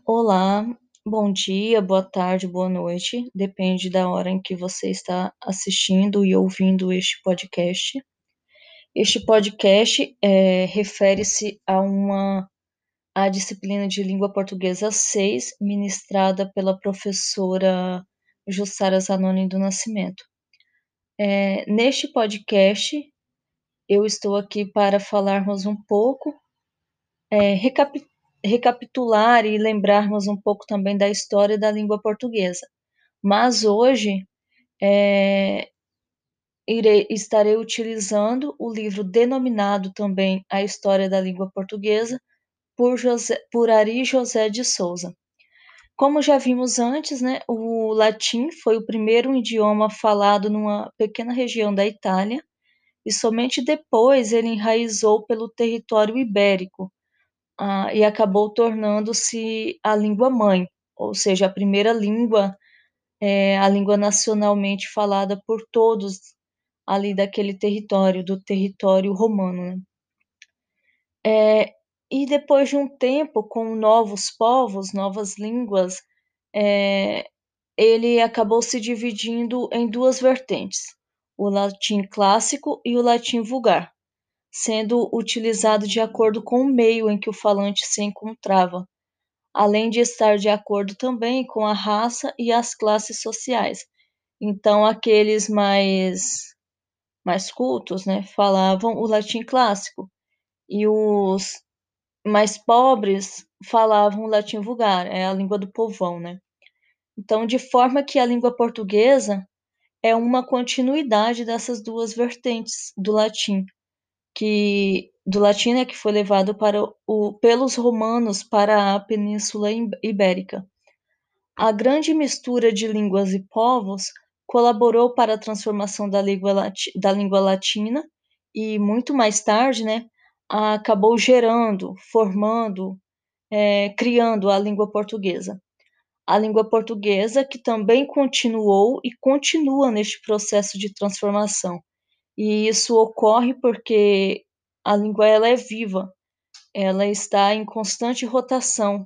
Olá, bom dia, boa tarde, boa noite, depende da hora em que você está assistindo e ouvindo este podcast. Este podcast refere-se à disciplina de Língua Portuguesa 6, ministrada pela professora Jussara Zanoni do Nascimento. Neste podcast, eu estou aqui para falarmos um pouco, recapitular e lembrarmos um pouco também da história da língua portuguesa. Mas hoje estarei utilizando o livro denominado também A História da Língua Portuguesa, por Ari José de Souza. Como já vimos antes, né, o latim foi o primeiro idioma falado numa pequena região da Itália, e somente depois ele enraizou pelo território ibérico, e acabou tornando-se a língua mãe, ou seja, a primeira língua, a língua nacionalmente falada por todos ali daquele território, do território romano, né? E depois de um tempo, com novos povos, novas línguas, ele acabou se dividindo em duas vertentes, o latim clássico e o latim vulgar, sendo utilizado de acordo com o meio em que o falante se encontrava, além de estar de acordo também com a raça e as classes sociais. Então, aqueles mais cultos, né, falavam o latim clássico, e os mais pobres falavam o latim vulgar, é a língua do povão, né? Então, de forma que a língua portuguesa é uma continuidade dessas duas vertentes do latim, né, que foi levado pelos romanos para a Península Ibérica. A grande mistura de línguas e povos colaborou para a transformação da língua latina e, muito mais tarde, né, acabou formando, criando a língua portuguesa. A língua portuguesa que também continuou e continua neste processo de transformação. E isso ocorre porque a língua ela é viva, ela está em constante rotação,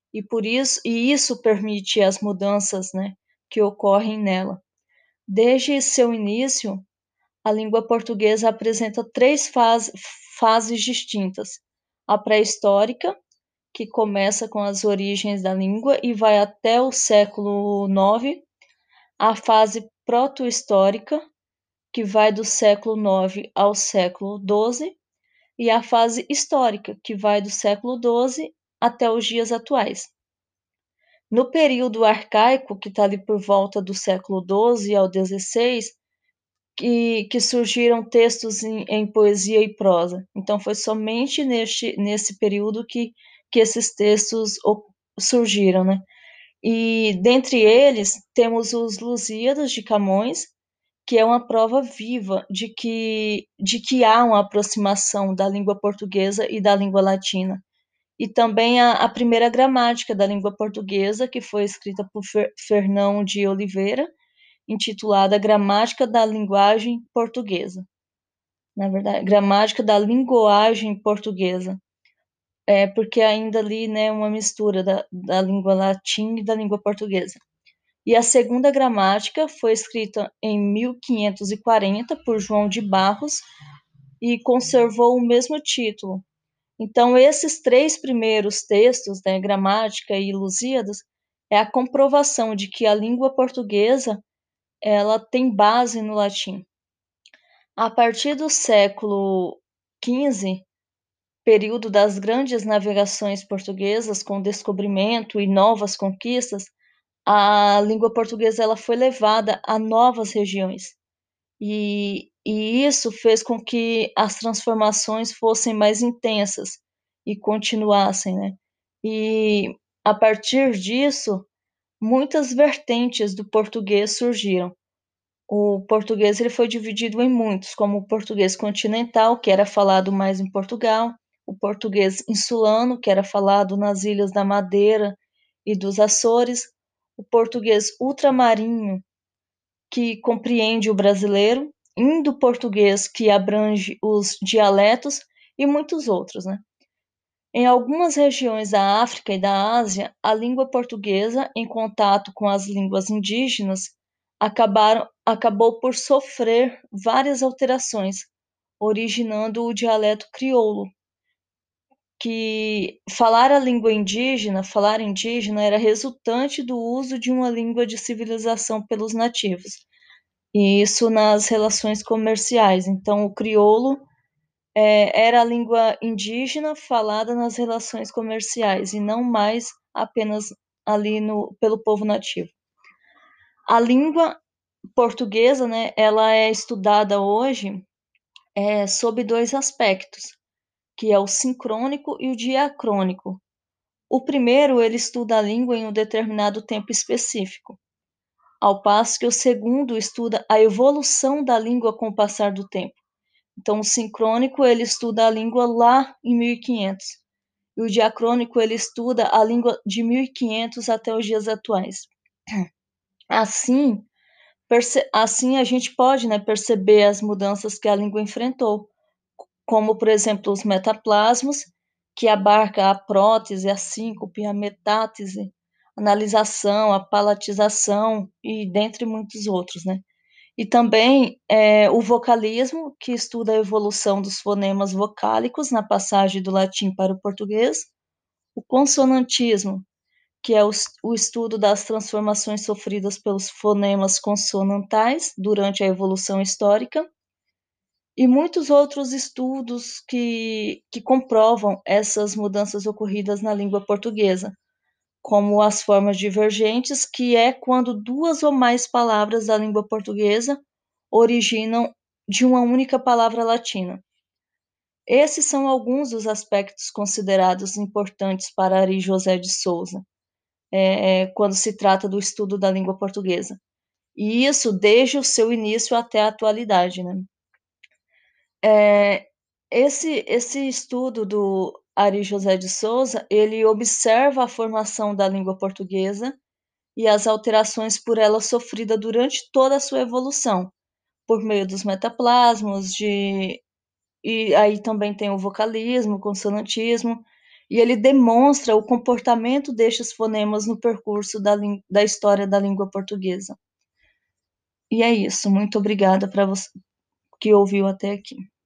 e isso permite as mudanças, né, que ocorrem nela. Desde seu início, a língua portuguesa apresenta três fases distintas: a pré-histórica, que começa com as origens da língua e vai até o século IX, a fase proto-histórica, que vai do século IX ao século XII, e a fase histórica, que vai do século XII até os dias atuais. No período arcaico, que está ali por volta do século XII ao XVI, que surgiram textos em poesia e prosa. Então, foi somente nesse período que esses textos surgiram, né? E dentre eles temos os Lusíadas de Camões, que é uma prova viva de que há uma aproximação da língua portuguesa e da língua latina. E também a primeira gramática da língua portuguesa, que foi escrita por Fernão de Oliveira, intitulada Gramática da Linguagem Portuguesa. Na verdade, Gramática da Linguagem Portuguesa. Porque ainda ali, né, uma mistura da língua latim e da língua portuguesa. E a segunda gramática foi escrita em 1540 por João de Barros e conservou o mesmo título. Então, esses três primeiros textos, né, Gramática e Lusíadas, é a comprovação de que a língua portuguesa ela tem base no latim. A partir do século XV, período das grandes navegações portuguesas com descobrimento e novas conquistas, a língua portuguesa ela foi levada a novas regiões. E isso fez com que as transformações fossem mais intensas e continuassem, né? E a partir disso, muitas vertentes do português surgiram. O português ele foi dividido em muitos, como o português continental, que era falado mais em Portugal, o português insulano, que era falado nas ilhas da Madeira e dos Açores, o português ultramarinho, que compreende o brasileiro, indo-português, que abrange os dialetos, e muitos outros, né? Em algumas regiões da África e da Ásia, a língua portuguesa, em contato com as línguas indígenas, acabou por sofrer várias alterações, originando o dialeto crioulo, que falar indígena era resultante do uso de uma língua de civilização pelos nativos, e isso nas relações comerciais. Então, o crioulo era a língua indígena falada nas relações comerciais e não mais apenas ali pelo povo nativo. A língua portuguesa, né, ela é estudada hoje sob dois aspectos, que é o sincrônico e o diacrônico. O primeiro, ele estuda a língua em um determinado tempo específico, ao passo que o segundo estuda a evolução da língua com o passar do tempo. Então, o sincrônico, ele estuda a língua lá em 1500, e o diacrônico, ele estuda a língua de 1500 até os dias atuais. Assim, assim a gente pode, né, perceber as mudanças que a língua enfrentou, como, por exemplo, os metaplasmos, que abarca a prótese, a síncope, a metátese, a analisação, a palatização e dentre muitos outros, né? E também o vocalismo, que estuda a evolução dos fonemas vocálicos na passagem do latim para o português, o consonantismo, que é o estudo das transformações sofridas pelos fonemas consonantais durante a evolução histórica, e muitos outros estudos que comprovam essas mudanças ocorridas na língua portuguesa, como as formas divergentes, que é quando duas ou mais palavras da língua portuguesa originam de uma única palavra latina. Esses são alguns dos aspectos considerados importantes para Ari José de Souza, quando se trata do estudo da língua portuguesa. E isso desde o seu início até a atualidade, né? Esse estudo do Ari José de Souza, ele observa a formação da língua portuguesa e as alterações por ela sofrida durante toda a sua evolução, por meio dos metaplasmos, e aí também tem o vocalismo, o consonantismo, e ele demonstra o comportamento destes fonemas no percurso da história da língua portuguesa. E é isso, muito obrigada para você que ouviu até aqui.